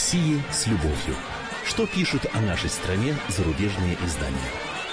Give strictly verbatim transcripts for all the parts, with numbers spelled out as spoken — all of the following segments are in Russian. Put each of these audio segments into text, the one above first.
России с любовью. Что пишут о нашей стране зарубежные издания?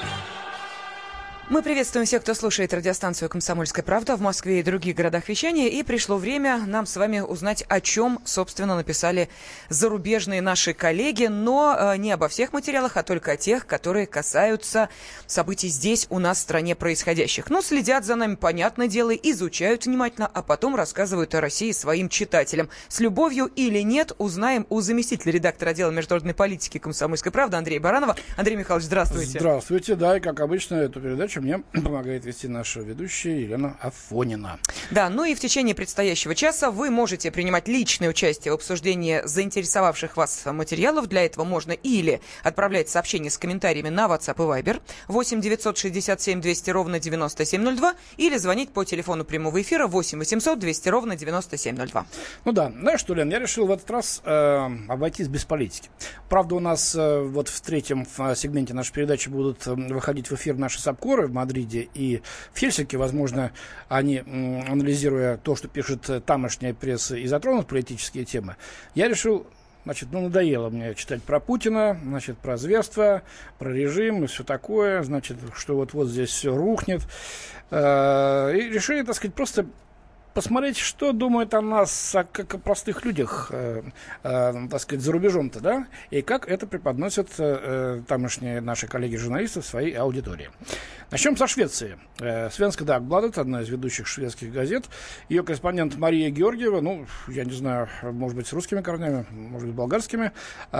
Мы приветствуем всех, кто слушает радиостанцию «Комсомольская правда» в Москве и других городах вещания. И пришло время нам с вами узнать, о чем, собственно, написали зарубежные наши коллеги. Но э, не обо всех материалах, а только о тех, которые касаются событий здесь, у нас в стране происходящих. Ну, следят за нами, понятное дело, изучают внимательно, а потом рассказывают о России своим читателям. С любовью или нет, узнаем у заместителя редактора отдела международной политики «Комсомольской правды» Андрея Баранова. Андрей Михайлович, здравствуйте. Здравствуйте, да, и как обычно, эту передачу мне помогает вести наша ведущая Елена Афонина. Да, ну и в течение предстоящего часа вы можете принимать личное участие в обсуждении заинтересовавших вас материалов. Для этого можно или отправлять сообщения с комментариями на WhatsApp и Viber восемь девятьсот шестьдесят семь двести ровно девяносто семь ноль два или звонить по телефону прямого эфира восемь восемьсот двести ровно девяносто семь ноль два. Ну да, знаешь что, Лен, я решил в этот раз э, обойтись без политики. Правда, у нас э, вот в третьем в сегменте нашей передачи будут э, выходить в эфир наши САПКОРы в Мадриде и в Хельсинки. Возможно, они, анализируя то, что пишет тамошняя пресса, и затронут политические темы. Я решил, значит, ну, надоело мне читать про Путина, значит, про зверство, про режим и все такое, значит, что вот-вот здесь все рухнет. И решили, так сказать, просто посмотреть, что думают о нас, как о простых людях, э, э, так сказать, за рубежом-то, да, и как это преподносят э, тамошние наши коллеги-журналисты в своей аудитории. Начнем со Швеции. Э, Svenska Dagbladet, одна из ведущих шведских газет, ее корреспондент Мария Георгиева, ну, я не знаю, может быть, с русскими корнями, может быть, болгарскими,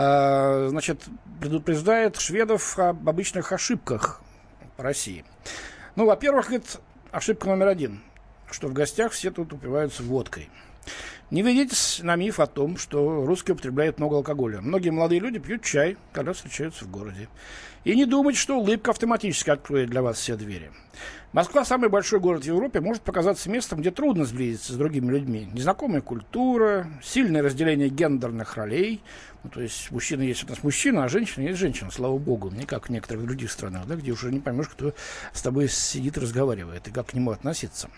э, значит, предупреждает шведов об обычных ошибках по России. Ну, во-первых, говорит, ошибка номер один, что в гостях все тут упиваются водкой. Не ведитесь на миф о том, что русские употребляют много алкоголя. Многие молодые люди пьют чай, когда встречаются в городе. И не думайте, что улыбка автоматически откроет для вас все двери. Москва, самый большой город в Европе, может показаться местом, где трудно сблизиться с другими людьми. Незнакомая культура, сильное разделение гендерных ролей. Ну, то есть мужчина есть у нас мужчина, а женщина есть женщина, слава богу. Не как в некоторых других странах, да, где уже не поймешь, кто с тобой сидит и разговаривает, и как к нему относиться.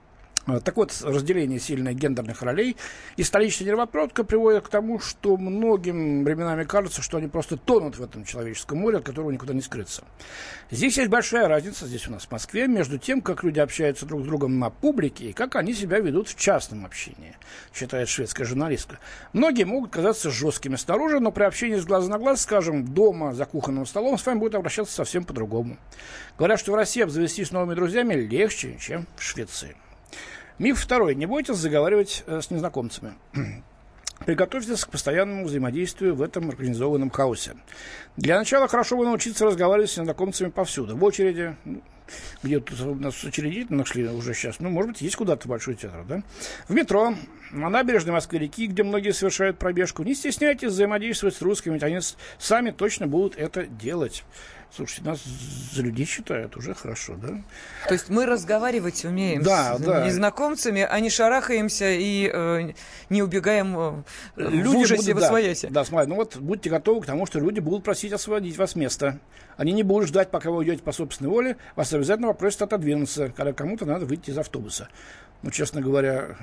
Так вот, разделение сильных гендерных ролей и столичная нервотрепка приводит к тому, что многим временами кажется, что они просто тонут в этом человеческом море, от которого никуда не скрыться. Здесь есть большая разница, здесь у нас в Москве, между тем, как люди общаются друг с другом на публике и как они себя ведут в частном общении, считает шведская журналистка. Многие могут казаться жесткими снаружи, но при общении с глаза на глаз, скажем, дома, за кухонным столом, с вами будут обращаться совсем по-другому. Говорят, что в России обзавестись новыми друзьями легче, чем в Швеции. Миф второй. Не бойтесь заговаривать э, с незнакомцами. Приготовьтесь к постоянному взаимодействию в этом организованном хаосе. Для начала хорошо бы научиться разговаривать с незнакомцами повсюду. В очереди, где тут у нас очереди нашли уже сейчас, ну, может быть, есть куда-то большой театр, да? В метро, на набережной Москвы-реки, где многие совершают пробежку. Не стесняйтесь взаимодействовать с русскими, ведь они сами точно будут это делать. Слушайте, нас за людей считают, уже хорошо, да? То есть мы разговаривать умеем да, с да. незнакомцами, а не шарахаемся и э, не убегаем э, в ужасе восвояси. Да, да, смотри, ну вот будьте готовы к тому, что люди будут просить освободить вас место. Они не будут ждать, пока вы уйдете по собственной воле, вас обязательно попросят отодвинуться, когда кому-то надо выйти из автобуса. Ну, честно говоря...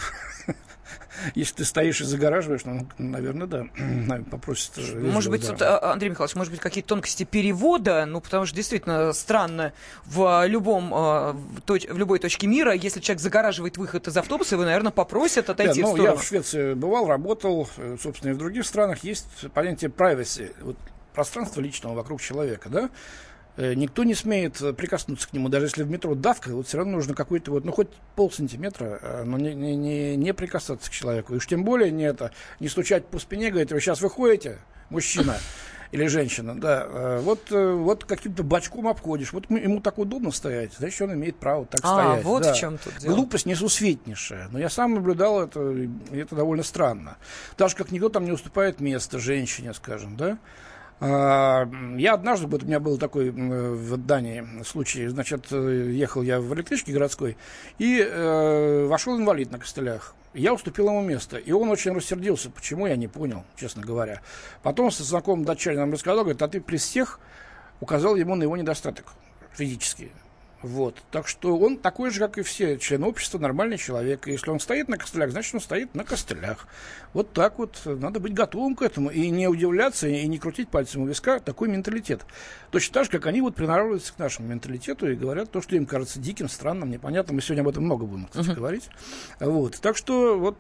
Если ты стоишь и загораживаешь, ну, наверное, да, попросят. Может быть, да. тут, Андрей Михайлович, может быть, какие-то тонкости перевода, ну, потому что действительно странно в любом, в любой точке мира, если человек загораживает выход из автобуса, его, наверное, попросят отойти да, в ну, сторону. Я в Швеции бывал, работал, собственно, и в других странах есть понятие privacy, вот, пространство личного вокруг человека, да. Никто не смеет прикоснуться к нему, даже если в метро давка, вот все равно нужно какой-то вот, ну хоть полсантиметра, но не, не, не, не прикасаться к человеку. И уж тем более не это, не стучать по спине, говорить, вы сейчас выходите, мужчина или женщина, да, вот, вот каким-то бочком обходишь, вот ему так удобно стоять, значит, он имеет право так а, стоять. вот да. в чем тут дело. Глупость несусветнейшая, но я сам наблюдал это, и это довольно странно. Так же, как никто там не уступает место женщине, скажем, да. Я однажды, вот у меня был такой в Дании случай, значит, ехал я в электричке городской, и э, вошел инвалид на костылях. Я уступил ему место, и он очень рассердился. Почему, я не понял, честно говоря. Потом со знакомым датчанином рассказал, говорит, а ты при всех указал ему на его недостаток физический. Вот. Так что он такой же, как и все члены общества, нормальный человек. И если он стоит на костылях, значит, он стоит на костылях. Вот так вот. Надо быть готовым к этому. И не удивляться, и не крутить пальцем у виска. Такой менталитет. Точно так же, как они вот приноравливаются к нашему менталитету и говорят то, что им кажется диким, странным, непонятным. Мы сегодня об этом много будем, кстати, uh-huh. говорить. Вот. Так что вот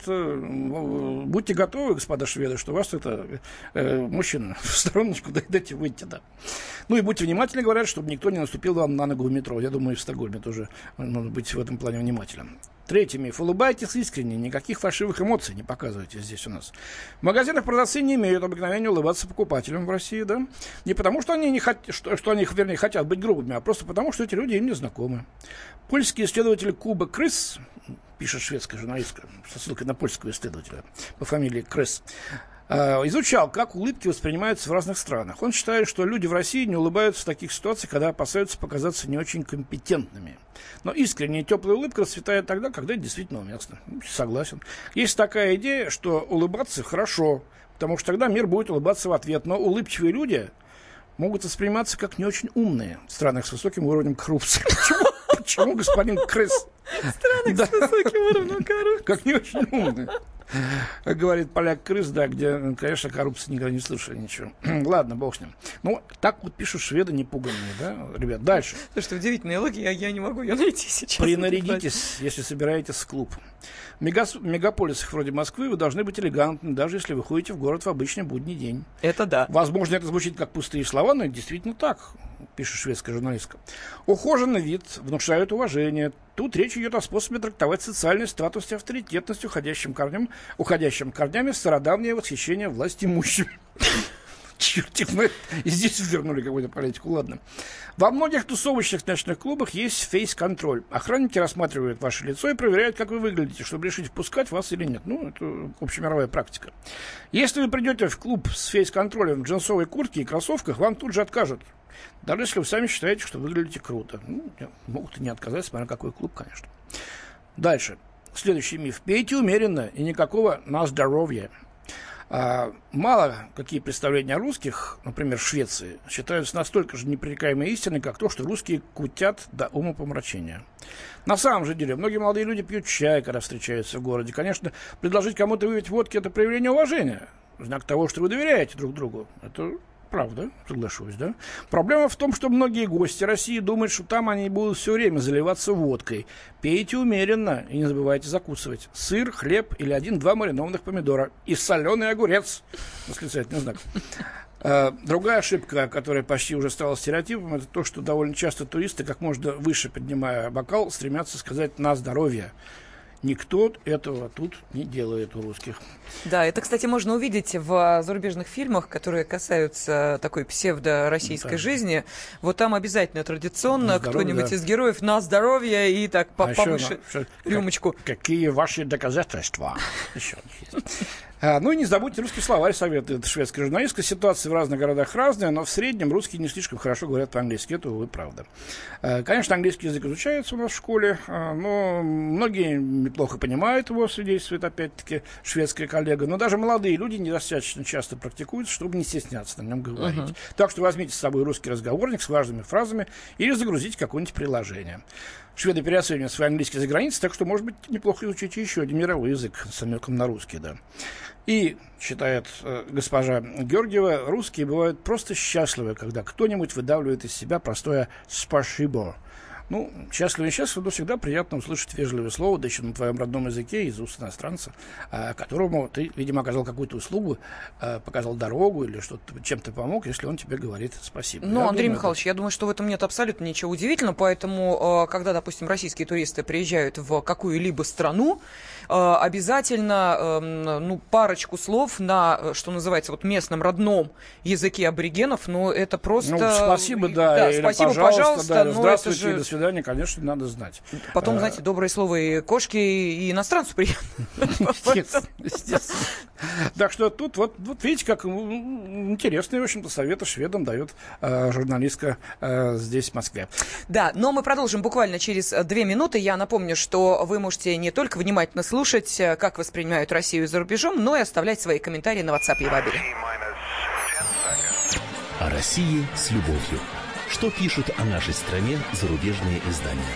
э, будьте готовы, господа шведы, что вас это э, мужчина в стороночку, дайте выйти, да. Ну и будьте внимательны, говорят, чтобы никто не наступил вам на ногу в метро. Я думаю, и в Стокгольме тоже нужно быть в этом плане внимательным. Третий миф. Улыбайтесь искренне, никаких фальшивых эмоций не показывайте здесь у нас. В магазинах продавцы не имеют обыкновения улыбаться покупателям в России, да? Не потому, что они, не хот... что, что они, вернее, хотят быть грубыми, а просто потому, что эти люди им не знакомы. Польский исследователь Куба Крыс, пишет шведская журналистка со ссылкой на польского исследователя по фамилии Крыс, изучал, как улыбки воспринимаются в разных странах. Он считает, что люди в России не улыбаются в таких ситуациях, когда опасаются показаться не очень компетентными. Но искренняя теплая улыбка расцветает тогда, когда это действительно уместно. Согласен. Есть такая идея, что улыбаться хорошо, потому что тогда мир будет улыбаться в ответ. Но улыбчивые люди могут восприниматься как не очень умные в странах с высоким уровнем коррупции. Почему? Почему, господин Крыс? В странах с высоким уровнем коррупции. Как не очень умные. Говорит поляк Крыс, да, где, конечно, коррупции никогда не слышали ничего. Ладно, бог с ним. Ну, так вот пишут шведы непуганные, да, ребят. Дальше. Слушайте, удивительная логика, я, я не могу ее найти сейчас. Принарядитесь, если собираетесь в клуб. В мегас- мегаполисах вроде Москвы вы должны быть элегантны, даже если вы ходите в город в обычный будний день. Это да. Возможно, это звучит как пустые слова, но это действительно так, пишет шведская журналистка. Ухоженный вид внушает уважение. Тут речь идет о способе трактовать социальный статус и авторитетность, уходящим корням, уходящим корнями в стародавнее восхищение властимущим. Черт, мы и здесь вернули какую-то политику, ладно. Во многих тусовочных ночных клубах есть фейс-контроль. Охранники рассматривают ваше лицо и проверяют, как вы выглядите, чтобы решить, впускать вас или нет. Ну, это общемировая практика. Если вы придете в клуб с фейс-контролем в джинсовой куртке и кроссовках, вам тут же откажут. Даже если вы сами считаете, что выглядите круто. Ну, могут и не отказать, смотря какой клуб, конечно. Дальше. Следующий миф. Пейте умеренно и никакого на здоровье. А, мало какие представления о русских, например, в Швеции, считаются настолько же непререкаемой истиной, как то, что русские кутят до умопомрачения. На самом же деле, многие молодые люди пьют чай, когда встречаются в городе. Конечно, предложить кому-то выпить водки – это проявление уважения, знак того, что вы доверяете друг другу. Это правда, соглашусь, да? Проблема в том, что многие гости России думают, что там они будут все время заливаться водкой. Пейте умеренно и не забывайте закусывать. Сыр, хлеб или один-два маринованных помидора. И соленый огурец. Восклицательный знак. Другая ошибка, которая почти уже стала стереотипом, это то, что довольно часто туристы, как можно выше поднимая бокал, стремятся сказать «на здоровье». Никто этого тут не делает у русских. Да, это, кстати, можно увидеть в зарубежных фильмах, которые касаются такой псевдо-российской да. жизни. Вот там обязательно традиционно кто-нибудь да. из героев на здоровье и так а повыше еще, рюмочку. Как, какие ваши доказательства? Еще есть. А, ну и не забудьте русский словарь, советует шведская журналистка. Ситуация в разных городах разная, но в среднем русские не слишком хорошо говорят по-английски. Это, увы, правда. А, конечно, английский язык изучается у нас в школе, а, но многие неплохо понимают его, свидетельствует опять-таки шведская коллега. Но даже молодые люди недостаточно часто практикуют, чтобы не стесняться на нем говорить. Uh-huh. Так что возьмите с собой русский разговорник с важными фразами или загрузите какое-нибудь приложение. Шведы переоценивают свой английский за границей, так что, может быть, неплохо изучить еще один мировой язык с намеком на русский, да. И, считает э, госпожа Георгиева, русские бывают просто счастливы, когда кто-нибудь выдавливает из себя простое «спасибо». Ну, счастливо и счастливо, но всегда приятно услышать вежливое слово, да еще на твоем родном языке, из уст иностранца, а, которому ты, видимо, оказал какую-то услугу, а, показал дорогу или что-то, чем-то помог, если он тебе говорит спасибо. Ну, я Андрей думаю, Михайлович, это... я думаю, что в этом нет абсолютно ничего удивительного, поэтому, когда, допустим, российские туристы приезжают в какую-либо страну, обязательно, ну, парочку слов на, что называется, вот местном родном языке аборигенов, но это просто... Ну, спасибо, да, да или спасибо, пожалуйста, пожалуйста, да, но здравствуйте, это же... до свидания, конечно, надо знать. Потом, а... знаете, доброе слово и кошке, и иностранцу приятно. Естественно. Так что тут, вот, вот видите, как интересные, в общем-то, советы шведам дает э, журналистка э, здесь, в Москве. Да, но мы продолжим буквально через две минуты. Я напомню, что вы можете не только внимательно слушать, как воспринимают Россию за рубежом, но и оставлять свои комментарии на WhatsApp и Viber. О России с любовью. Что пишут о нашей стране зарубежные издания?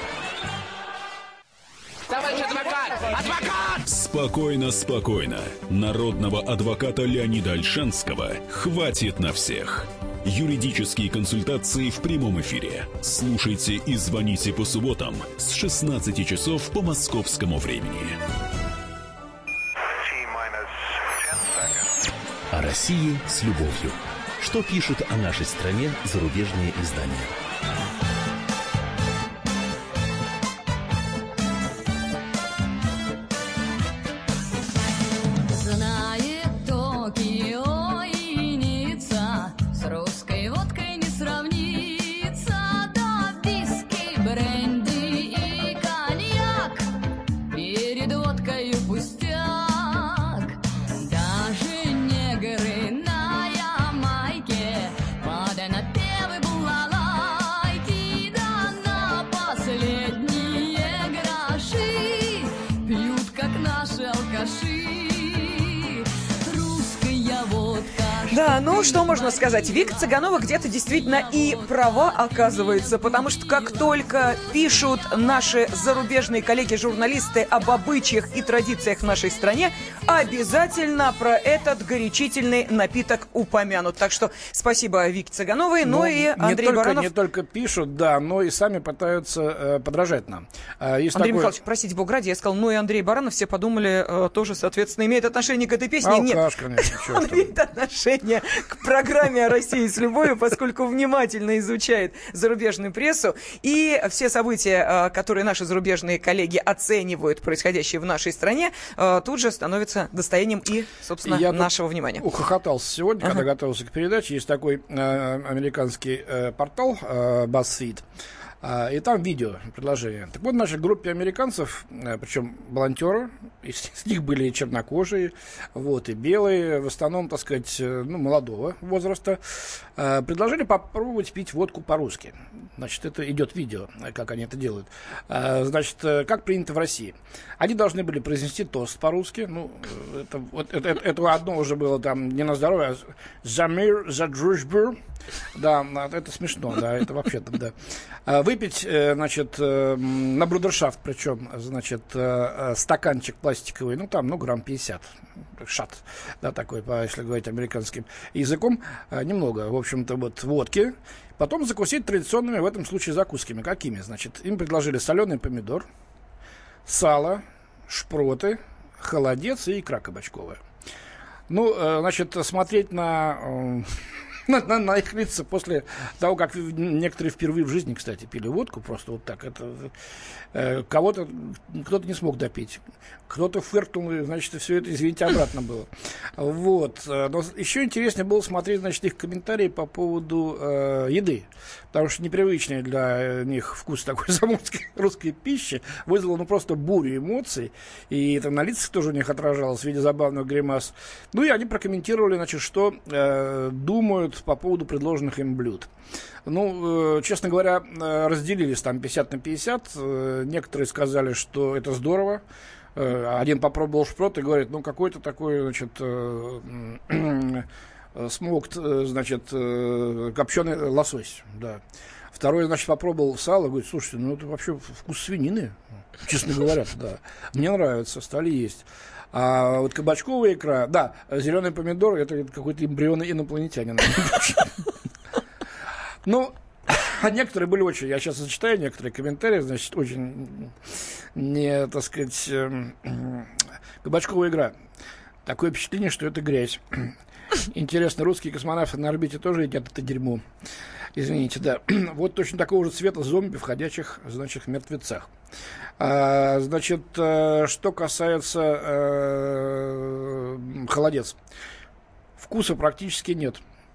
Товарищ адвокат! Адвокат! Спокойно, спокойно. Народного адвоката Леонида Ольшанского хватит на всех. Юридические консультации в прямом эфире. Слушайте и звоните по субботам с шестнадцати часов по московскому времени. О России с любовью. Что пишут о нашей стране зарубежные издания? Да, ну что можно сказать? Вика Цыганова где-то действительно и права оказывается, потому что как только пишут наши зарубежные коллеги-журналисты об обычаях и традициях в нашей стране, обязательно про этот горячительный напиток упомянут. Так что спасибо Вике Цыгановой, ну и Андрей не только, Баранов. Не только пишут, да, но и сами пытаются э, подражать нам. Э, есть Андрей такой... Михайлович, простите, бог ради, я сказал, ну и Андрей Баранов, все подумали, э, тоже, соответственно, имеет отношение к этой песне. Алкаш, Нет, конечно, он имеет отношение к программе о России с любовью, поскольку внимательно изучает зарубежную прессу. И все события, которые наши зарубежные коллеги оценивают, происходящие в нашей стране, тут же становятся достоянием и, собственно, Я нашего внимания. Ухохотался сегодня, ага. когда готовился к передаче. Есть такой э, американский э, портал э, BuzzFeed. И там видео, предложение. Так вот, в нашей группе американцев, причем волонтеры, из них были и чернокожие, вот, и белые, в основном, так сказать, ну, молодого возраста, предложили попробовать пить водку по-русски. Значит, это идет видео, как они это делают. Значит, как принято в России. Они должны были произнести тост по-русски. Ну, это, вот, это, это одно уже было там не на здоровье, а «За мир, за дружбу». Да, это смешно, да, это вообще-то, да. Выпить, значит, на брудершафт, причем, значит, стаканчик пластиковый, ну, там, ну, грамм пятьдесят, шат, да, такой, если говорить американским языком, немного, в общем-то, вот, водки. Потом закусить традиционными, в этом случае, закусками. Какими? Значит, им предложили соленый помидор, сало, шпроты, холодец и икра кабачковая. Ну, значит, смотреть на... На, на, на их лица после того, как некоторые впервые в жизни, кстати, пили водку, просто вот так. Это э, кого-то, кто-то не смог допить, кто-то фыркнул, и, значит, все это, извините, обратно было. Вот. Но еще интереснее было смотреть, значит, их комментарии по поводу э, еды, потому что непривычный для них вкус такой заморской русской пищи вызвал, ну, просто бурю эмоций, и это на лицах тоже у них отражалось в виде забавных гримас. Ну, и они прокомментировали, значит, что э, думают по поводу предложенных им блюд. Ну, э, честно говоря, э, разделились там пятьдесят на пятьдесят. Э, некоторые сказали, что это здорово. Э, один попробовал шпрот и говорит, ну, какой-то такой, значит, э, э, смокт, э, значит, э, копченый лосось, да. Второй, значит, попробовал сало, говорит, слушайте, ну, это вообще вкус свинины, честно говоря, да. Мне нравится, стали есть. А вот кабачковая икра, да, зеленый помидор, это какой-то эмбрион инопланетянин. Ну, а некоторые были очень, я сейчас зачитаю некоторые комментарии, значит, очень, не, так сказать, кабачковая икра. Такое впечатление, что это грязь. Интересно, русские космонавты на орбите тоже едят это дерьмо. Извините, да. Вот точно такого же цвета зомби в ходячих, значит, мертвецах. А, значит, что касается э, холодец. Вкуса практически нет.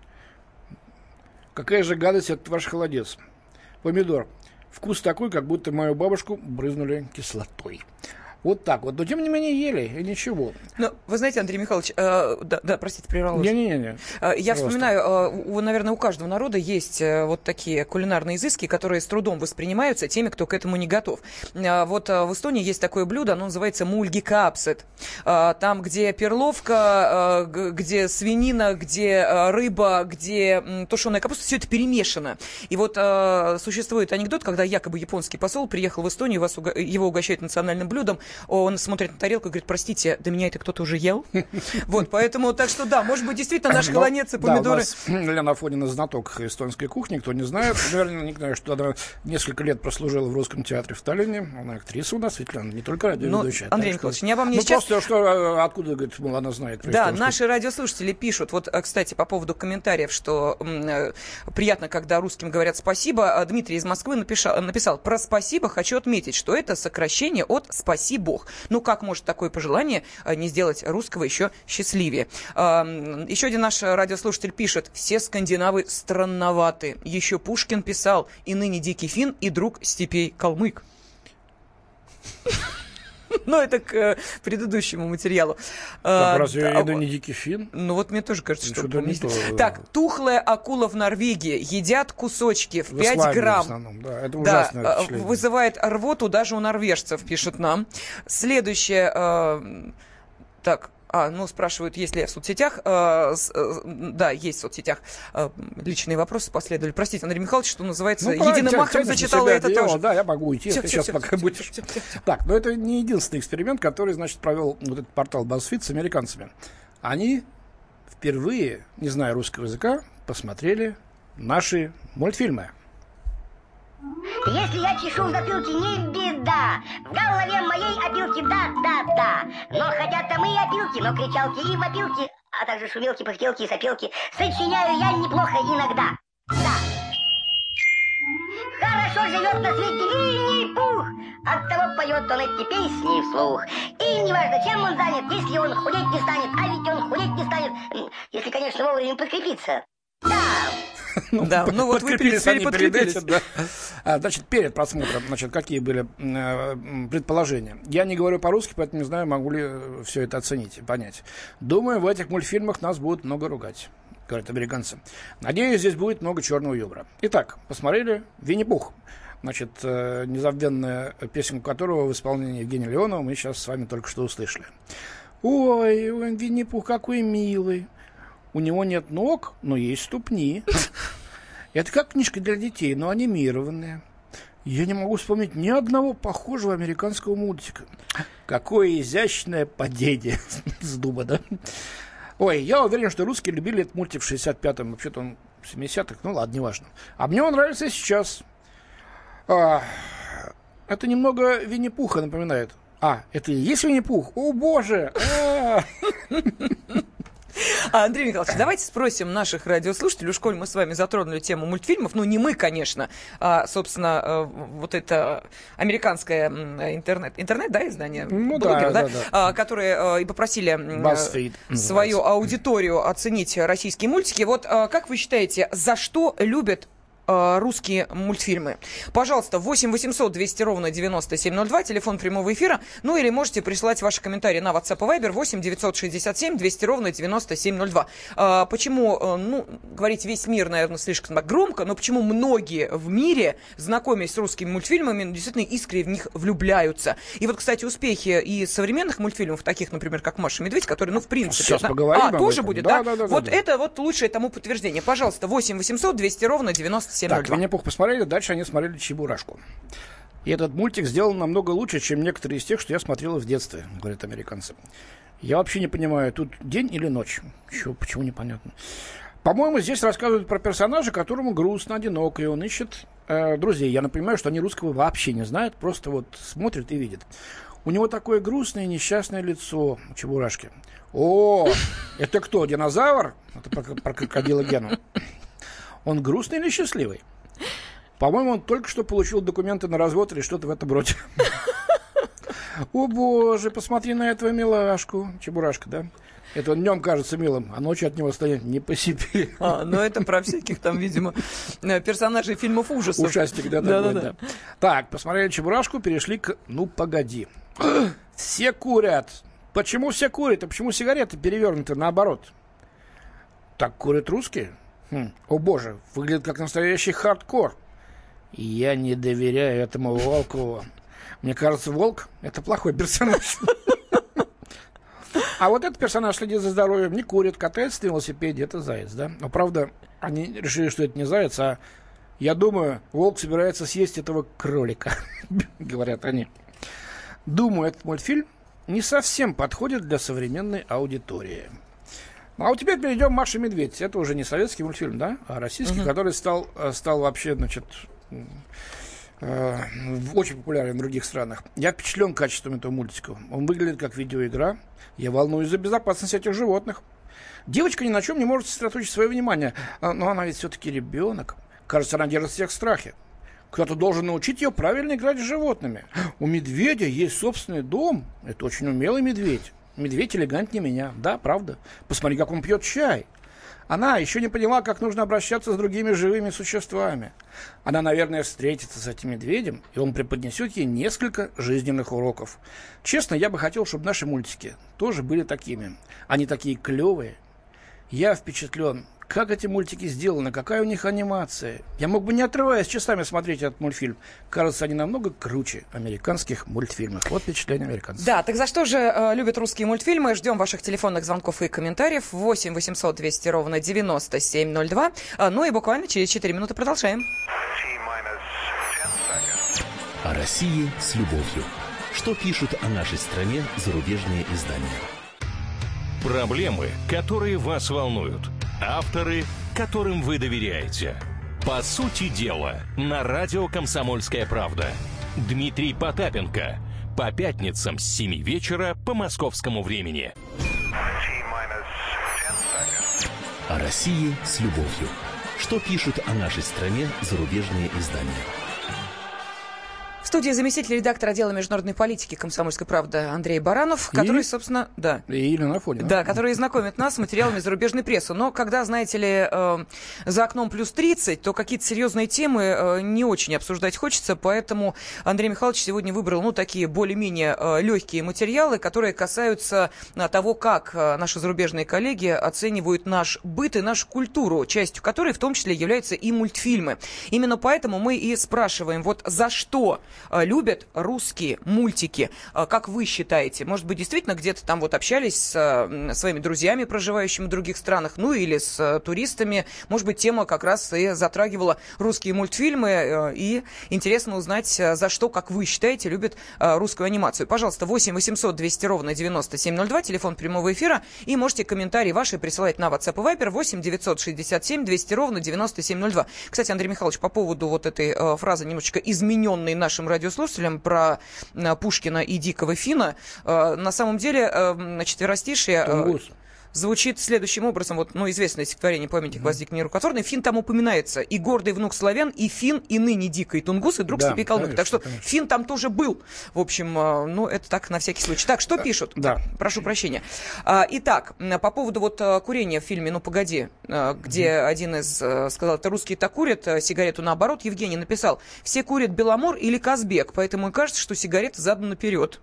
Какая же гадость этот ваш холодец. Помидор. Вкус такой, как будто мою бабушку брызнули кислотой. Вот так вот. Но, тем не менее, ели, и ничего. Ну, вы знаете, Андрей Михайлович, э, да, да, простите, прервала вас. Не-не-не. Э, я Просто. вспоминаю, э, у, наверное, у каждого народа есть э, вот такие кулинарные изыски, которые с трудом воспринимаются теми, кто к этому не готов. Э, вот э, в Эстонии есть такое блюдо, оно называется мульгикаапсет. Э, там, где перловка, э, где свинина, где э, рыба, где э, тушеная капуста, все это перемешано. И вот э, существует анекдот, когда якобы японский посол приехал в Эстонию, вас уго- его угощают национальным блюдом, он смотрит на тарелку и говорит: простите, до меня это кто-то уже ел? Вот, поэтому, так что да, может быть, действительно, наши холодец и помидоры... Да, у нас Лена Афонина знаток эстонской кухни, кто не знает. Наверное, не знаю, что она несколько лет прослужила в Русском театре в Таллине. Она актриса у нас, ведь не только радиоведущая. Ну, Андрей Николаевич, не обо мне ну, сейчас... просто, что, откуда, говорит, мол, она знает про Да, эстонскую... наши радиослушатели пишут, вот, кстати, по поводу комментариев, что м, приятно, когда русским говорят спасибо. Дмитрий из Москвы написал, написал: про спасибо хочу отметить, что это сокращение от «спаси Бог». Ну, как может такое пожелание не сделать русского еще счастливее? Еще один наш радиослушатель пишет: все скандинавы странноваты. Еще Пушкин писал: и ныне дикий фин, и друг степей калмык. Ну, это к э, предыдущему материалу. Так, разве а, это не дикий фин? Ну, вот мне тоже кажется, что... что не то, так, да. Тухлая акула в Норвегии. Едят кусочки в, в пять грамм. В основном, да, это ужасное да, впечатление. Вызывает рвоту даже у норвежцев, пишут нам. Следующее... Э, так... А, ну, спрашивают, есть ли я в соцсетях. Э, с, э, да, есть в соцсетях. Э, личные вопросы последовали. Простите, Андрей Михайлович, что называется, ну, единым махом зачитала это дело, тоже. Да, я могу уйти, все, ты все, сейчас все, пока все, будешь. все, все, все. Так, но это не единственный эксперимент, который, значит, провел вот этот портал BuzzFeed с американцами. Они впервые, не зная русского языка, посмотрели наши мультфильмы. Если я чешу в затылке, не беда. В голове моей опилки, да-да-да. Но хотят там и опилки, но кричалки и вопилки, а также шумелки, пыхтелки и сопелки сочиняю я неплохо иногда. Да. Хорошо живет на свете Винни-Пух. Оттого поет он эти песни вслух. И неважно, чем он занят, если он худеть не станет, а ведь он худеть не станет, если, конечно, вовремя подкрепиться. Да. Ну, да, ну вот вы перед подкрепились. Да. А, значит, перед просмотром, значит, какие были э, предположения. Я не говорю по-русски, поэтому не знаю, могу ли все это оценить и понять. Думаю, в этих мультфильмах нас будут много ругать, говорят американцы. Надеюсь, здесь будет много черного юмора. Итак, посмотрели «Винни-Пух». Значит, э, незабвенная песенку которого в исполнении Евгения Леонова мы сейчас с вами только что услышали. Ой, ой, Винни-Пух какой милый. У него нет ног, но есть ступни. Это как книжка для детей, но анимированная. Я не могу вспомнить ни одного похожего американского мультика. Какое изящное падение с дуба, да? Ой, я уверен, что русские любили этот мультик в шестьдесят пятом, вообще-то он в семидесятых, ну ладно, неважно. А мне он нравится и сейчас. А, это немного Винни-Пуха напоминает. А, это и есть Винни-Пух? О, боже! А, Андрей Михайлович, давайте спросим наших радиослушателей, уж коль мы с вами затронули тему мультфильмов, ну не мы, конечно, а, собственно, вот это американское интернет, интернет, да, издание? Ну, блогеров, да, да, да, да. А, которые и попросили BuzzFeed свою называется. аудиторию оценить российские мультики. Вот как вы считаете, за что любят русские мультфильмы? Пожалуйста, восемь восемьсот двести ровно девяносто семь ноль два, телефон прямого эфира. Ну или можете присылать ваши комментарии на WhatsApp и Viber восемь девятьсот шестьдесят семь двести ровно девяносто семь ноль два. А, почему, ну, говорить весь мир, наверное, слишком громко, но почему многие в мире, знакомясь с русскими мультфильмами, действительно искренне в них влюбляются? И вот, кстати, успехи и современных мультфильмов, таких, например, как «Маша и Медведь», которые, ну, в принципе... Сейчас да, поговорим а, об тоже этом. будет, да? да? Да, да, вот да, это да. Вот лучшее тому подтверждение. Пожалуйста, восемь восемьсот двести ровно девяносто семь ноль два. Так, Винни-Пух посмотрели, дальше они смотрели «Чебурашку». И этот мультик сделан намного лучше, чем некоторые из тех, что я смотрел в детстве, говорят американцы. Я вообще не понимаю, тут день или ночь? Чего, почему непонятно? По-моему, здесь рассказывают про персонажа, которому грустно, одиноко, и он ищет э, друзей. Я напоминаю, что они русского вообще не знают, просто вот смотрят и видят. У него такое грустное, несчастное лицо у Чебурашки. О, это кто, динозавр? Это про, про крокодила Гену. Он грустный или счастливый? По-моему, он только что получил документы на развод или что-то в этом роде. О боже, посмотри на этого милашку. Чебурашка, да? Это он днем кажется милым, а ночью от него станет не по себе. А, ну это про всяких там, видимо, персонажей фильмов ужасов. Ужастик, да, такой, да. Так, посмотрели Чебурашку, перешли к «Ну, погоди». Все курят. Почему все курят? А почему сигареты перевернуты наоборот? Так курят русские? Хм. О боже, выглядит как настоящий хардкор. Я не доверяю этому волку. Мне кажется, волк — это плохой персонаж. А вот этот персонаж следит за здоровьем, не курит, катается на велосипеде, это заяц, да? Но, правда, они решили, что это не заяц, а, я думаю, волк собирается съесть этого кролика, говорят они. Думаю, этот мультфильм не совсем подходит для современной аудитории. А вот теперь перейдем к «Маша и Медведь». Это уже не советский мультфильм, да, а российский, угу. который стал, стал вообще, значит, э, очень популярен в других странах. Я впечатлен качеством этого мультика. Он выглядит как видеоигра. Я волнуюсь за безопасность этих животных. Девочка ни на чем не может сосредоточить свое внимание. Но она ведь все-таки ребенок. Кажется, она держит всех в страхе. Кто-то должен научить ее правильно играть с животными. У медведя есть собственный дом. Это очень умелый медведь. Медведь элегантнее меня. Да, правда. Посмотри, как он пьет чай. Она еще не поняла, как нужно обращаться с другими живыми существами. Она, наверное, встретится с этим медведем, и он преподнесет ей несколько жизненных уроков. Честно, я бы хотел, чтобы наши мультики тоже были такими. Они такие клевые. Я впечатлен, как эти мультики сделаны, какая у них анимация. Я мог бы, не отрываясь, часами смотреть этот мультфильм. Кажется, они намного круче американских мультфильмов. Вот впечатление американцев. Да, так за что же э, любят русские мультфильмы? Ждем ваших телефонных звонков и комментариев. восемь восемьсот двести ровно девяносто семь ноль два. А, ну и буквально через четыре минуты продолжаем. О России с любовью. Что пишут о нашей стране зарубежные издания? Проблемы, которые вас волнуют. Авторы, которым вы доверяете. По сути дела, на радио «Комсомольская правда». Дмитрий Потапенко. По пятницам с семи вечера по московскому времени. О России с любовью. Что пишут о нашей стране зарубежные издания? В студии заместитель редактора отдела международной политики «Комсомольской правды» Андрей Баранов, который, и? собственно, да, и Елена Афонина. Да, который знакомит нас с материалами зарубежной прессы. Но когда, знаете ли, э, за окном плюс тридцать, то какие-то серьезные темы э, не очень обсуждать хочется, поэтому Андрей Михайлович сегодня выбрал, ну, такие более-менее э, легкие материалы, которые касаются э, того, как э, наши зарубежные коллеги оценивают наш быт и нашу культуру, частью которой в том числе являются и мультфильмы. Именно поэтому мы и спрашиваем, вот за что любят русские мультики. Как вы считаете? Может быть, действительно, где-то там вот общались с своими друзьями, проживающими в других странах, ну или с туристами. Может быть, тема как раз и затрагивала русские мультфильмы. И интересно узнать, за что, как вы считаете, любят русскую анимацию. Пожалуйста, восемь восемьсот двести ровно девяносто семь ноль два, телефон прямого эфира. И можете комментарии ваши присылать на WhatsApp и Viber восемь девятьсот шестьдесят семь двести ровно девяносто семь ноль два. Кстати, Андрей Михайлович, по поводу вот этой э, фразы, немножечко измененной нашим радиослушателям про э, Пушкина и Дикого Фина, э, на самом деле, э, значит, веростишье... Э, звучит следующим образом. Вот, ну, известное стихотворение «Памятник возник нерукотворный». Фин там упоминается. И гордый внук славян, и Фин, и ныне дикий Тунгус, и друг да, степей Калмык. Так что конечно. Фин там тоже был. В общем, ну, это так на всякий случай. Так, что пишут? Да. Прошу прощения. Итак, по поводу вот курения в фильме «Ну, погоди», где mm-hmm. один из сказал, это русские так курят, сигарету наоборот, Евгений написал: все курят Беломор или Казбек, поэтому и кажется, что сигарета задана наперед.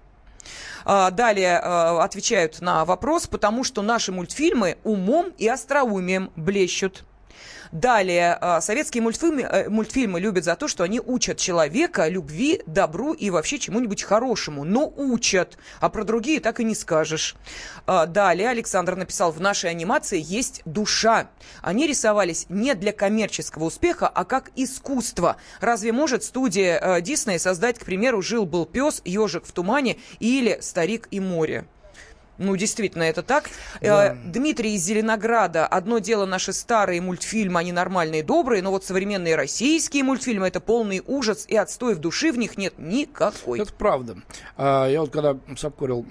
Далее отвечают на вопрос, потому что наши мультфильмы умом и остроумием блещут. Далее, советские мультфильмы, мультфильмы любят за то, что они учат человека любви, добру и вообще чему-нибудь хорошему. Но учат, а про другие так и не скажешь. Далее, Александр написал: в нашей анимации есть душа. Они рисовались не для коммерческого успеха, а как искусство. Разве может студия Дисней создать, к примеру, «Жил-был пес», «Ежик в тумане» или «Старик и море»? Ну, действительно, это так. Да. Дмитрий из Зеленограда. Одно дело наши старые мультфильмы, они нормальные, добрые, но вот современные российские мультфильмы — это полный ужас, и отстой в душе в них нет никакой. Это правда. Я вот когда сапкорил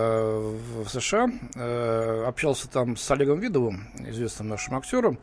в США, общался там с Олегом Видовым, известным нашим актером,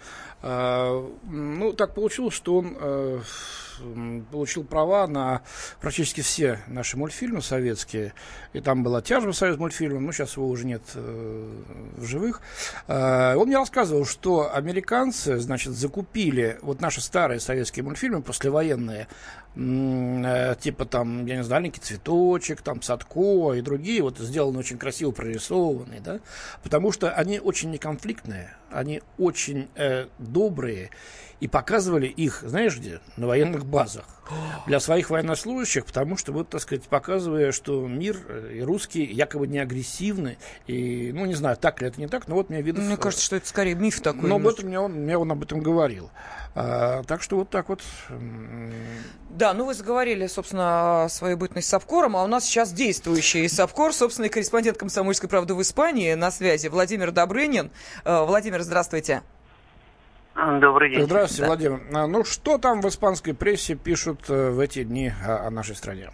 ну, так получилось, что он получил права на практически все наши мультфильмы советские. И там была тяжба Союз мультфильмов, но сейчас его уже уже нет э, в живых. Э, он мне рассказывал, что американцы, значит, закупили вот наши старые советские мультфильмы, послевоенные, э, типа там, я не знаю, «Маленький цветочек», там «Садко» и другие, вот сделаны очень красиво прорисованные, да, потому что они очень неконфликтные, они очень э, добрые, и показывали их, знаешь где? На военных базах. Для своих военнослужащих, потому что, вот, так сказать, показывая, что мир и русские якобы не агрессивны. И, ну, не знаю, так ли это, не так, но вот мне видно... Мне кажется, что это скорее миф такой. Но вот мне он, мне он об этом говорил. А, так что вот так вот... Да, ну вы заговорили, собственно, о своей бытность с Сапкором, а у нас сейчас действующий Сапкор, собственный корреспондент «Комсомольской правды» в Испании на связи Владимир Добрынин. Владимир, здравствуйте. Добрый день. Здравствуйте, да. Владимир. А, ну, что там в испанской прессе пишут э, в эти дни о, о нашей стране?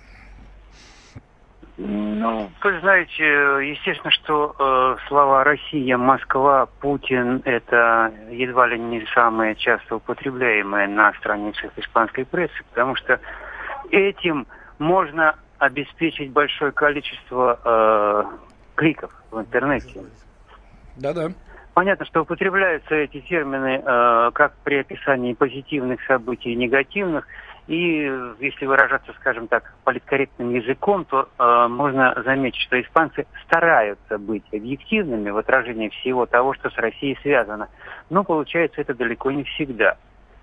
Ну, вы знаете, естественно, что э, слова «Россия», «Москва», «Путин» — это едва ли не самые часто употребляемые на страницах испанской прессы, потому что этим можно обеспечить большое количество э, кликов в интернете. Да-да. Понятно, что употребляются эти термины э, как при описании позитивных событий и негативных. И, если выражаться, скажем так, политкорректным языком, то э, можно заметить, что испанцы стараются быть объективными в отражении всего того, что с Россией связано. Но получается это далеко не всегда.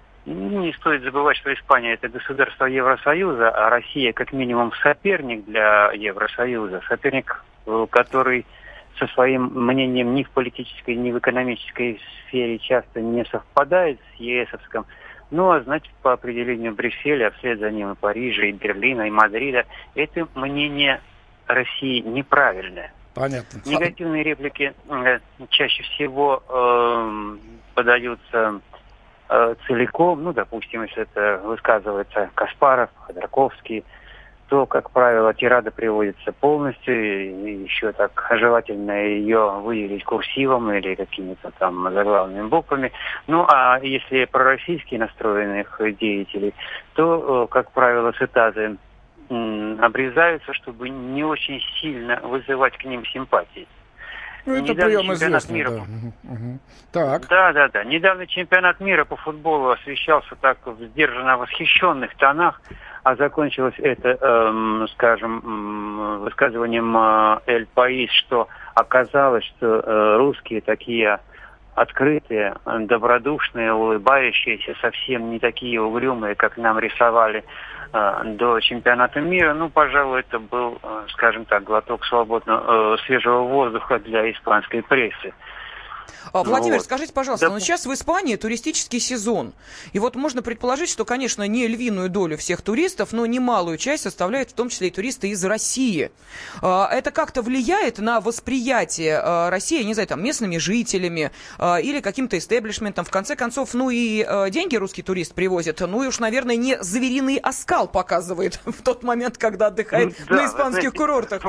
Не стоит забывать, что Испания — это государство Евросоюза, а Россия как минимум соперник для Евросоюза. Соперник, который со своим мнением ни в политической, ни в экономической сфере часто не совпадает с ЕСовским. Ну, а значит, по определению Брюсселя, а вслед за ним и Парижа, и Берлина, и Мадрида, это мнение России неправильное. Понятно. Негативные реплики э, чаще всего э, подаются э, целиком. Ну, допустим, если это высказывается Каспаров, Ходорковский, то, как правило, тирада приводится полностью, и еще так желательно ее выделить курсивом или какими-то там заглавными буквами. Ну, а если пророссийски настроенных деятелей, то, как правило, цитаты м, обрезаются, чтобы не очень сильно вызывать к ним симпатии. Ну, это Недавний прием известный, мира... да. Угу, угу. Так. Да, да, да. Недавно чемпионат мира по футболу освещался так в сдержанно восхищенных тонах, а закончилось это, эм, скажем, эм, высказыванием э, «Эль Паис», что оказалось, что э, русские такие открытые, добродушные, улыбающиеся, совсем не такие угрюмые, как нам рисовали э, до чемпионата мира. Ну, пожалуй, это был, э, скажем так, глоток свободного, э, свежего воздуха для испанской прессы. Владимир, вот. скажите, пожалуйста, Да. ну сейчас в Испании туристический сезон. И вот можно предположить, что, конечно, не львиную долю всех туристов, но немалую часть составляют в том числе и туристы из России. Это как-то влияет на восприятие России, не знаю, там, местными жителями или каким-то истеблишментом? В конце концов, ну и деньги русский турист привозит, ну и уж, наверное, не звериный оскал показывает в тот момент, когда отдыхает Да, на испанских знаете, курортах.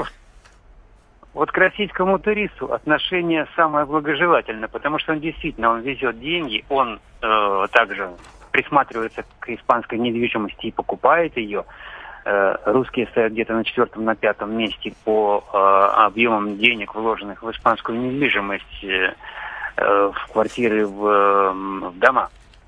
Вот к российскому туристу отношение самое благожелательное, потому что он действительно, он везет деньги, он э, также присматривается к испанской недвижимости и покупает ее. Э, русские стоят где-то на четвертом, на пятом месте по э, объемам денег, вложенных в испанскую недвижимость, э, э, в квартиры, в, э, в дома.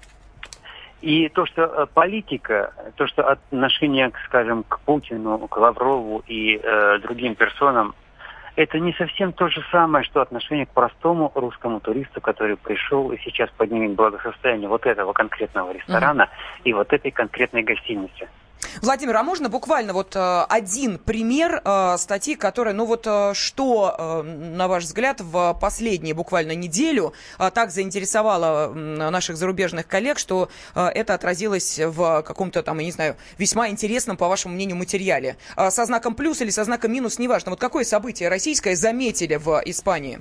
И то, что э, политика, то, что отношение, скажем, к Путину, к Лаврову и э, другим персонам, это не совсем то же самое, что отношение к простому русскому туристу, который пришел и сейчас поднимет благосостояние вот этого конкретного ресторана mm-hmm. и вот этой конкретной гостиницы. Владимир, а можно буквально вот э, один пример э, статьи, которая, ну вот э, что, э, на ваш взгляд, в последнюю буквально неделю э, так заинтересовало э, наших зарубежных коллег, что э, это отразилось в каком-то там, я не знаю, весьма интересном, по вашему мнению, материале? Э, со знаком плюс или со знаком минус, неважно. Вот какое событие российское заметили в Испании?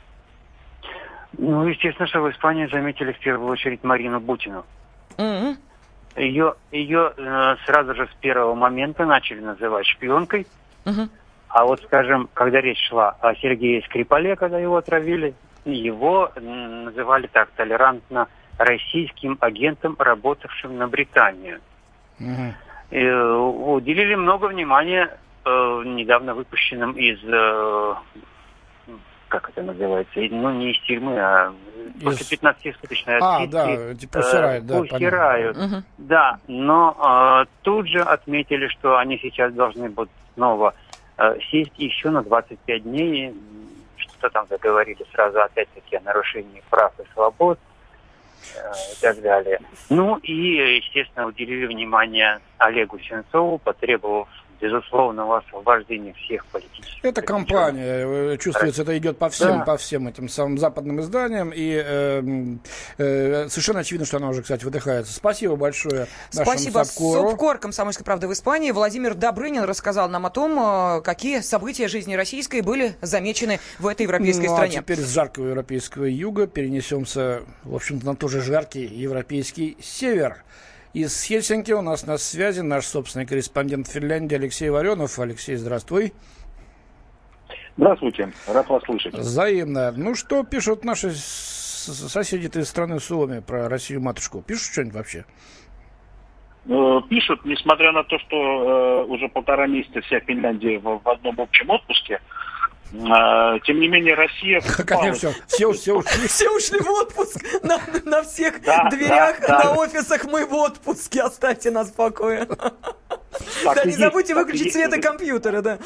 Ну, естественно, что в Испании заметили в первую очередь Марину Бутину. Mm-hmm. Ее, ее э, сразу же с первого момента начали называть шпионкой. Uh-huh. А вот, скажем, когда речь шла о Сергее Скрипале, когда его отравили, его называли так толерантно российским агентом, работавшим на Британию. Uh-huh. И, э, уделили много внимания э, недавно выпущенным из э, как это называется, ну не из тюрьмы, а из... после пятнадцатисуточной а, отсидки. да, типа усирают, да, усирают. Угу. Да, но э, тут же отметили, что они сейчас должны будут снова э, сесть еще на двадцать пять дней, что-то там заговорили сразу опять-таки о нарушении прав и свобод э, и так далее. Ну и, естественно, уделили внимание Олегу Сенцову, потребовав безусловного освобождения всех политических. Это кампания, чувствуется, это идет по всем, да. по всем этим самым западным изданиям, и э, э, совершенно очевидно, что она уже, кстати, выдыхается. Спасибо большое нашему Спасибо. СОПКОРу. СОПКОР «Комсомольской правды» в Испании Владимир Добрынин рассказал нам о том, какие события жизни российской были замечены в этой европейской ну, стране. А теперь с жаркого европейского юга перенесемся, в общем-то, на тоже жаркий европейский север. Из Хельсинки у нас на связи наш собственный корреспондент в Финляндии Алексей Варенов. Алексей, здравствуй. Здравствуйте, рад вас слышать. Взаимно. Ну, что пишут наши соседи из страны Суоми про Россию-матушку? Пишут что-нибудь вообще? Пишут, несмотря на то, что э, уже полтора месяца вся Финляндия в, в одном общем отпуске. А, тем не менее, Россия... Конечно, все, все ушли. Все ушли в отпуск. На, на всех да, дверях, да, да. на офисах мы в отпуске. Оставьте нас в покое. Так да, не есть, забудьте выключить есть. свет и компьютера, да.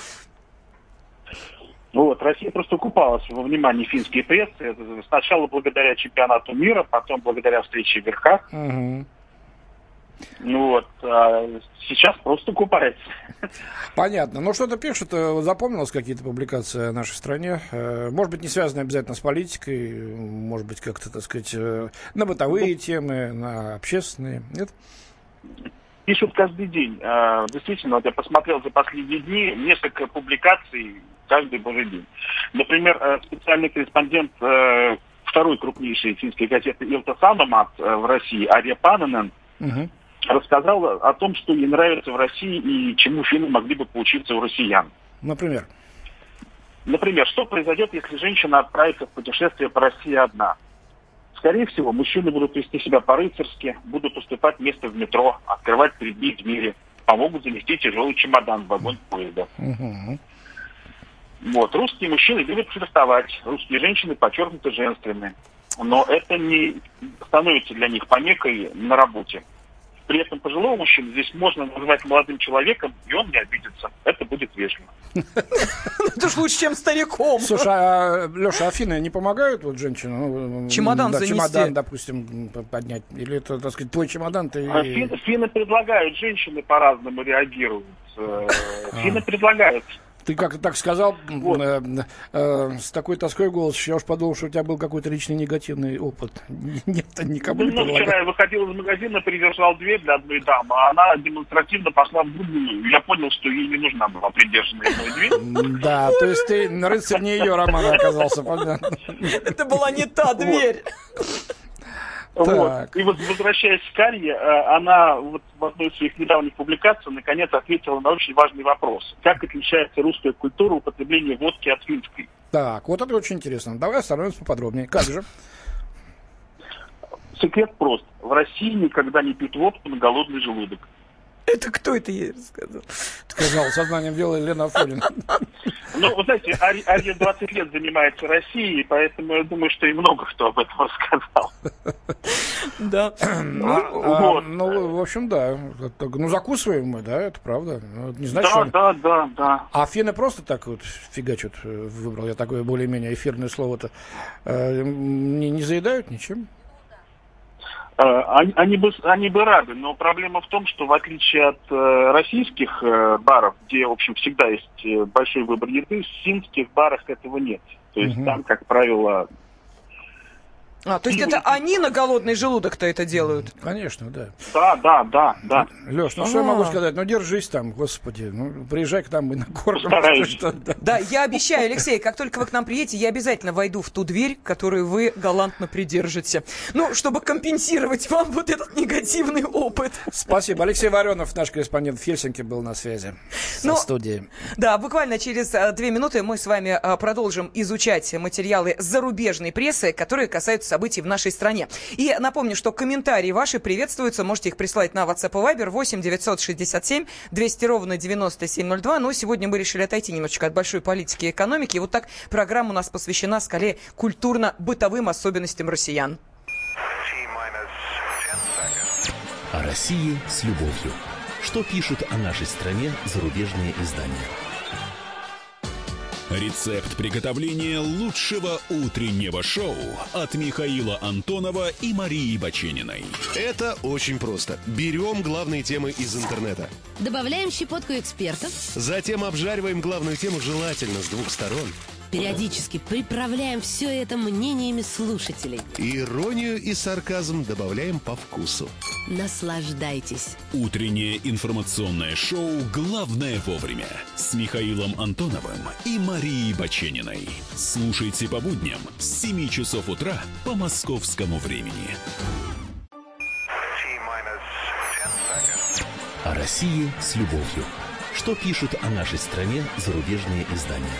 Вот, Россия просто купалась во внимании финской прессы. Сначала благодаря чемпионату мира, потом благодаря встрече в верхах. Угу. Ну вот, а сейчас просто купается. Понятно. Ну, что-то пишут, запомнилось какие-то публикации о нашей стране. Может быть, не связаны обязательно с политикой, может быть, как-то, так сказать, на бытовые темы, на общественные, нет? Пишут каждый день. Действительно, вот я посмотрел за последние дни несколько публикаций каждый божий день. Например, специальный корреспондент второй крупнейшей финской газеты «Илта-Саномат» в России Ария Панненен угу. рассказал о том, что ей нравится в России и чему финны могли бы поучиться у россиян. Например? Например, что произойдет, если женщина отправится в путешествие по России одна? Скорее всего, мужчины будут вести себя по-рыцарски, будут уступать место в метро, открывать перед ней двери, помогут занести тяжелый чемодан в вагон поезда. Угу. Вот. Русские мужчины любят флиртовать, русские женщины подчеркнуто женственны. Но это не становится для них помехой на работе. При этом пожилого мужчину здесь можно назвать молодым человеком, и он не обидится. Это будет вежливо. Это ж лучше, чем стариком. Слушай, а, Леша, афины не помогают вот женщинам? Чемодан занести. Чемодан, допустим, поднять. Или это, так сказать, твой чемодан? Ты... Финны предлагают, женщины по-разному реагируют. Финны предлагают. Ты как-то так сказал, вот. э, э, с такой тоской в голосе, я уж подумал, что у тебя был какой-то личный негативный опыт. Нет, никому не предлагал. Вчера я выходил из магазина, придержал дверь для одной дамы, а она демонстративно пошла в другую. Я понял, что ей не нужна была придержанная мной дверь. Да, то есть ты рыцарь не ее романа оказался, понятно. Это была не та дверь. Вот. И вот, возвращаясь к Арье, она вот в одной из своих недавних публикаций наконец ответила на очень важный вопрос. Как отличается русская культура употребления водки от финской? Так, вот это очень интересно. Давай остановимся поподробнее. Как же? Секрет прост. В России никогда не пьют водку на голодный желудок. Это кто это ей рассказал? Сказал сознанием дела Елена Афонина. Ну, вы знаете, Арья двадцать лет занимается Россией, поэтому я думаю, что и много кто об этом рассказал. Да. Ну, в общем, да. Ну, закусываем мы, да, это правда. Не знаю, да, да, да, да. А финны просто так вот фигачат, выбрал я такое более-менее эфирное слово-то. Не заедают ничем? Они, они, бы, они бы рады, но проблема в том, что в отличие от э, российских э, баров, где, в общем, всегда есть э, большой выбор еды, в финских барах этого нет. То есть угу. там, как правило... А, то есть это они на голодный желудок-то это делают? Конечно, да. Да, да, да, да. Леш, ну А-а-а. что я могу сказать? Ну, держись там, господи. Ну, приезжай к нам, мы накормим. Да. да, я обещаю, Алексей, как только вы к нам приедете, я обязательно войду в ту дверь, которую вы галантно придержите. Ну, чтобы компенсировать вам вот этот негативный опыт. Спасибо. Алексей Варенов, наш корреспондент в Хельсинки, был на связи со ну, студией. Да, буквально через а, две минуты мы с вами а, продолжим изучать материалы зарубежной прессы, которые касаются событий в нашей стране. И напомню, что комментарии ваши приветствуются. Можете их прислать на WhatsApp и Viber восемь девятьсот шестьдесят семь двести ровно девяносто семь ноль два. Но сегодня мы решили отойти немножечко от большой политики и экономики. И вот так программа у нас посвящена скорее культурно-бытовым особенностям россиян. О России с любовью. Что пишут о нашей стране зарубежные издания? Рецепт приготовления лучшего утреннего шоу от Михаила Антонова и Марии Бачениной. Это очень просто. Берем главные темы из интернета. Добавляем щепотку экспертов. Затем обжариваем главную тему желательно с двух сторон. Периодически приправляем все это мнениями слушателей. Иронию и сарказм добавляем по вкусу. Наслаждайтесь. Утреннее информационное шоу «Главное вовремя» с Михаилом Антоновым и Марией Бачениной. Слушайте по будням с семи часов утра по московскому времени. О России с любовью. Что пишут о нашей стране зарубежные издания?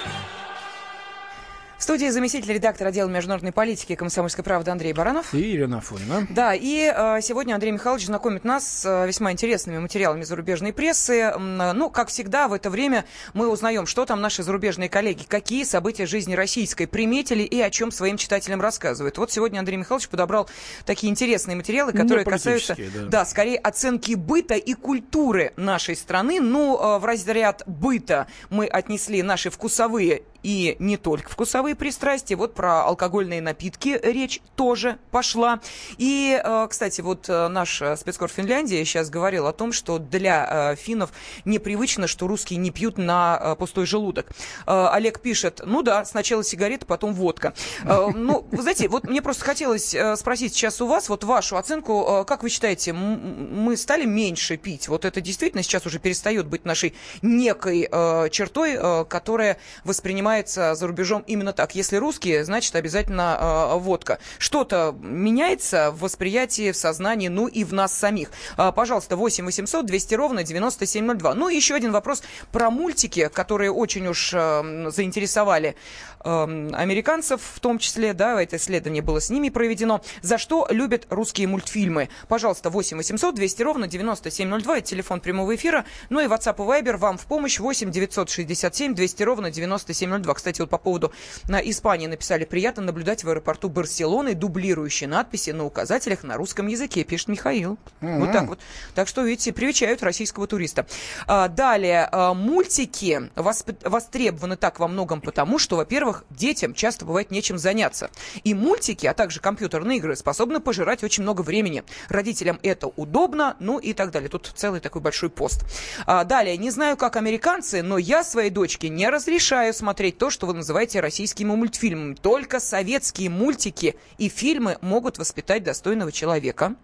В студии заместитель редактора отдела международной политики «Комсомольской правды» Андрей Баранов. И Елена Афонина. Да, и э, сегодня Андрей Михайлович знакомит нас с э, весьма интересными материалами зарубежной прессы. Ну, как всегда, в это время мы узнаем, что там наши зарубежные коллеги, какие события жизни российской приметили и о чем своим читателям рассказывают. Вот сегодня Андрей Михайлович подобрал такие интересные материалы, которые касаются, да. да, скорее оценки быта и культуры нашей страны. Ну, э, в разряд быта мы отнесли наши вкусовые и не только вкусовые пристрастия. Вот про алкогольные напитки речь тоже пошла. И, кстати, вот наш спецкор Финляндии сейчас говорил о том, что для финнов непривычно, что русские не пьют на пустой желудок. Олег пишет, ну да, сначала сигареты, потом водка. Ну, вы знаете, вот мне просто хотелось спросить сейчас у вас, вот вашу оценку, как вы считаете, мы стали меньше пить? Вот это действительно сейчас уже перестает быть нашей некой чертой, которая воспринимается за рубежом именно так. Если русские, значит обязательно э, водка. Что-то меняется в восприятии, в сознании, ну и в нас самих. Э, пожалуйста, восемь восемьсот двести ровно девяносто семь ноль два. Ну и еще один вопрос про мультики, которые очень уж э, заинтересовали э, американцев, в том числе, да, это исследование было с ними проведено. За что любят русские мультфильмы? Пожалуйста, восемь восемьсот двести ровно девяносто семь ноль два, это телефон прямого эфира. Ну и WhatsApp и Viber вам в помощь восемь девятьсот шестьдесят семь двести ровно девяносто семь ноль два. Кстати, вот по поводу на Испании написали, приятно наблюдать в аэропорту Барселоны дублирующие надписи на указателях на русском языке, пишет Михаил. Mm-hmm. Вот так вот. Так что, видите, привечают российского туриста. А, далее, а, мультики восп... востребованы так во многом потому, что, во-первых, детям часто бывает нечем заняться. И мультики, а также компьютерные игры способны пожирать очень много времени. Родителям это удобно, ну и так далее. Тут целый такой большой пост. А, далее, не знаю, как американцы, но я своей дочке не разрешаю смотреть то, что вы называете российскими мультфильмами. Только советские мультики и фильмы могут воспитать достойного человека.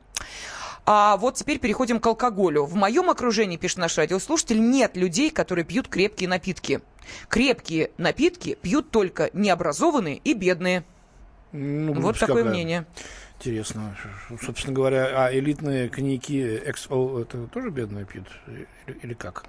А вот теперь переходим к алкоголю. В моем окружении, пишет наш радиослушатель, нет людей, которые пьют крепкие напитки. Крепкие напитки пьют только необразованные и бедные. Ну, вот такое какая. мнение. Интересно. Собственно говоря, а элитные коньяки икс о это тоже бедные пьют? Или, или как?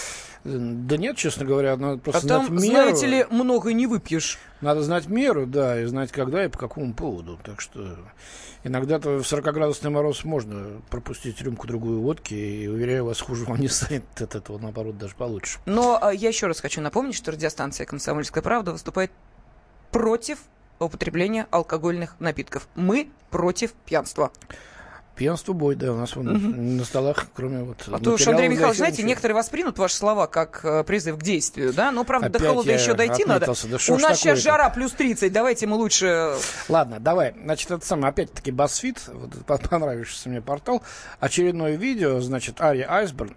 Да нет, честно говоря, надо просто а знать там, меру. Знаете ли, много не выпьешь. Надо знать меру, да, и знать, когда и по какому поводу. Так что иногда-то в сорокаградусный мороз можно пропустить рюмку-другую водки, и, уверяю вас, хуже вам не станет от этого, наоборот, даже получше. Но а, я еще раз хочу напомнить, что радиостанция «Комсомольская правда» выступает против употребления алкогольных напитков. Мы против пьянства. Пьянство бой, да, у нас вон, угу. на столах, кроме вот... А то уж, Андрей Михайлович, знаете, ничего. Некоторые воспримут ваши слова как э, призыв к действию, да? Но, правда, Опять до холода еще дойти надо. Да у нас сейчас жара плюс тридцать, давайте мы лучше... Ладно, давай, значит, это самое, опять-таки, BuzzFeed, вот, понравившийся мне портал, очередное видео, значит, Ари Айсберн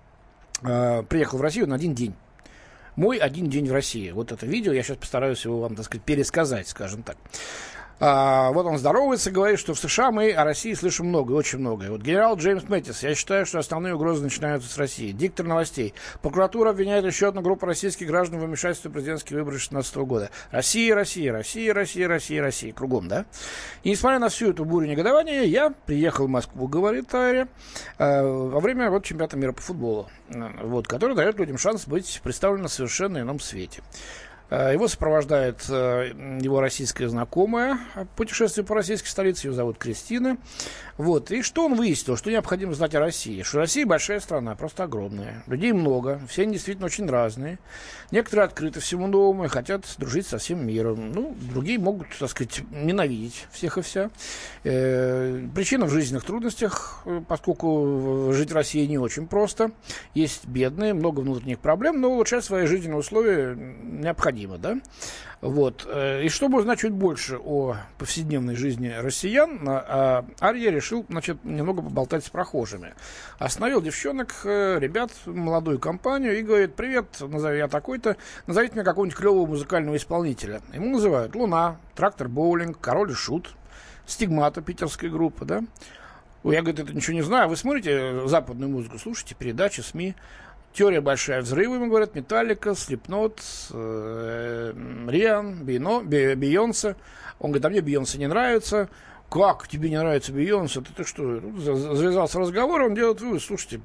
э, приехал в Россию на один день. Мой один день в России. Вот это видео, я сейчас постараюсь его вам, так сказать, пересказать, скажем так. А, вот он здоровается, говорит, что в США мы о России слышим много, очень много. И вот генерал Джеймс Мэттис, я считаю, что основные угрозы начинаются с России. Диктор новостей. Прокуратура обвиняет еще одну группу российских граждан в вмешательстве в президентские выборы две тысячи шестнадцатого года. Россия, Россия, Россия, Россия, Россия, Россия. Кругом, да? И несмотря на всю эту бурю негодования, я приехал в Москву, говорит Ари, во время вот, чемпионата мира по футболу, вот, который дает людям шанс быть представленным в совершенно ином свете. Его сопровождает его российская знакомая, путешествие по российской столице, ее зовут Кристина. Вот. И что он выяснил, что необходимо знать о России? Что Россия большая страна, просто огромная. Людей много, все они действительно очень разные. Некоторые открыты всему новому и хотят дружить со всем миром. Ну, другие могут, так сказать, ненавидеть всех и вся. Э, причина в жизненных трудностях, поскольку жить в России не очень просто. Есть бедные, много внутренних проблем, но улучшать свои жизненные условия необходимо, да? Вот. И чтобы узнать чуть больше о повседневной жизни россиян, Арья решил, значит, немного поболтать с прохожими. Остановил девчонок, ребят, молодую компанию и говорит: привет, назови я такой-то, назовите мне какого-нибудь клевого музыкального исполнителя. Ему называют Луна, Трактор Боулинг, Король и Шут, Стигмата, питерская группа, да? Я, говорит, это ничего не знаю. Вы смотрите западную музыку, слушаете передачи, СМИ. Теория большая взрыва, ему говорят, Металлика, Слипнот, Риан, Бейонсе. Он говорит: а мне Бейонсе не нравится. Как тебе не нравится Бейонсе? Ты, ты что? Завязался разговор, он делает вывод: слушайте,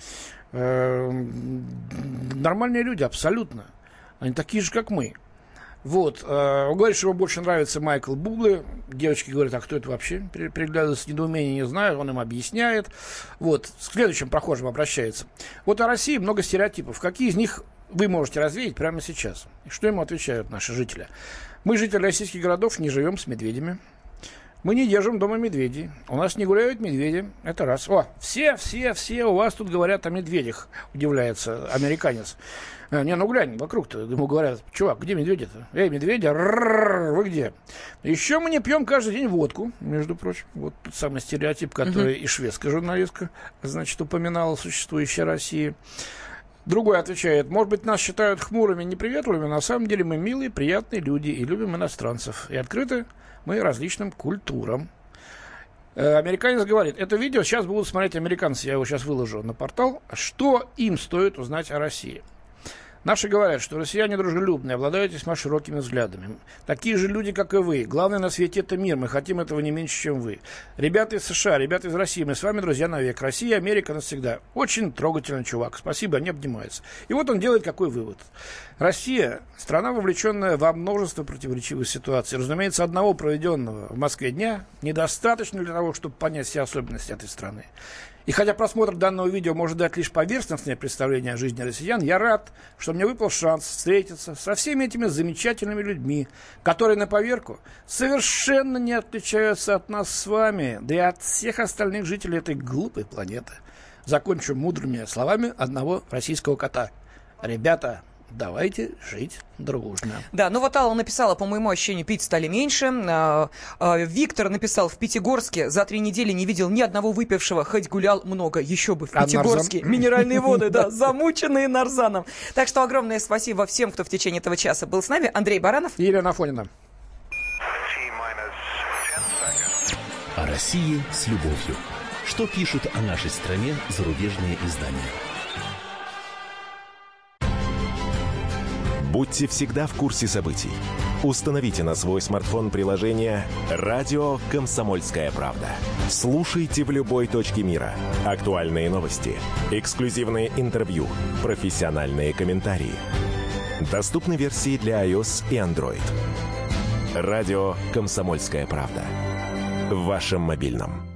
э, нормальные люди, абсолютно. Они такие же, как мы. Вот. Э, он говорит, что ему больше нравится Майкл Бубле. Девочки говорят: а кто это вообще? Переглядываются с недоумением, не знаю. Он им объясняет. Вот. С следующим прохожим обращается. Вот о России много стереотипов. Какие из них вы можете развеять прямо сейчас? И что ему отвечают наши жители? Мы, жители российских городов, не живем с медведями. Мы не держим дома медведей. У нас не гуляют медведи. Это раз. О, все, все, все у вас тут говорят о медведях, удивляется американец. Не, ну глянь, вокруг-то ему говорят: чувак, где медведи-то? Эй, медведи, р-р-р, вы где? Еще мы не пьем каждый день водку, между прочим. Вот тот самый стереотип, который uh-huh. и шведская журналистка, значит, упоминала существующей России. Другой отвечает: может быть, нас считают хмурыми, неприветливыми, на самом деле мы милые, приятные люди и любим иностранцев. И открыты мы различным культурам. Э, американец говорит: это видео сейчас будут смотреть американцы, я его сейчас выложу на портал. Что им стоит узнать о России? Наши говорят, что россияне дружелюбные, обладают весьма широкими взглядами. Такие же люди, как и вы. Главное на свете — это мир. Мы хотим этого не меньше, чем вы. Ребята из США, ребята из России, мы с вами друзья навек. Россия, Америка навсегда. Очень трогательный чувак. Спасибо, они обнимаются. И вот он делает какой вывод. Россия — страна, вовлеченная во множество противоречивых ситуаций. Разумеется, одного проведенного в Москве дня недостаточно для того, чтобы понять все особенности этой страны. И хотя просмотр данного видео может дать лишь поверхностное представление о жизни россиян, я рад, что мне выпал шанс встретиться со всеми этими замечательными людьми, которые на поверку совершенно не отличаются от нас с вами, да и от всех остальных жителей этой глупой планеты. Закончу мудрыми словами одного российского кота. Ребята, давайте жить дружно. Да, ну вот Алла написала: по моему ощущению, пить стали меньше. А, а, Виктор написал: в Пятигорске за три недели не видел ни одного выпившего, хоть гулял много. Еще бы, в Пятигорске минеральные воды, да, замученные нарзаном. Так что огромное спасибо всем, кто в течение этого часа был с нами. Андрей Баранов и Елена Афонина. О России с любовью. Что пишут о нашей стране зарубежные издания? Будьте всегда в курсе событий. Установите на свой смартфон приложение «Радио Комсомольская правда». Слушайте в любой точке мира. Актуальные новости, эксклюзивные интервью, профессиональные комментарии. Доступны версии для iOS и Android. «Радио Комсомольская правда». В вашем мобильном.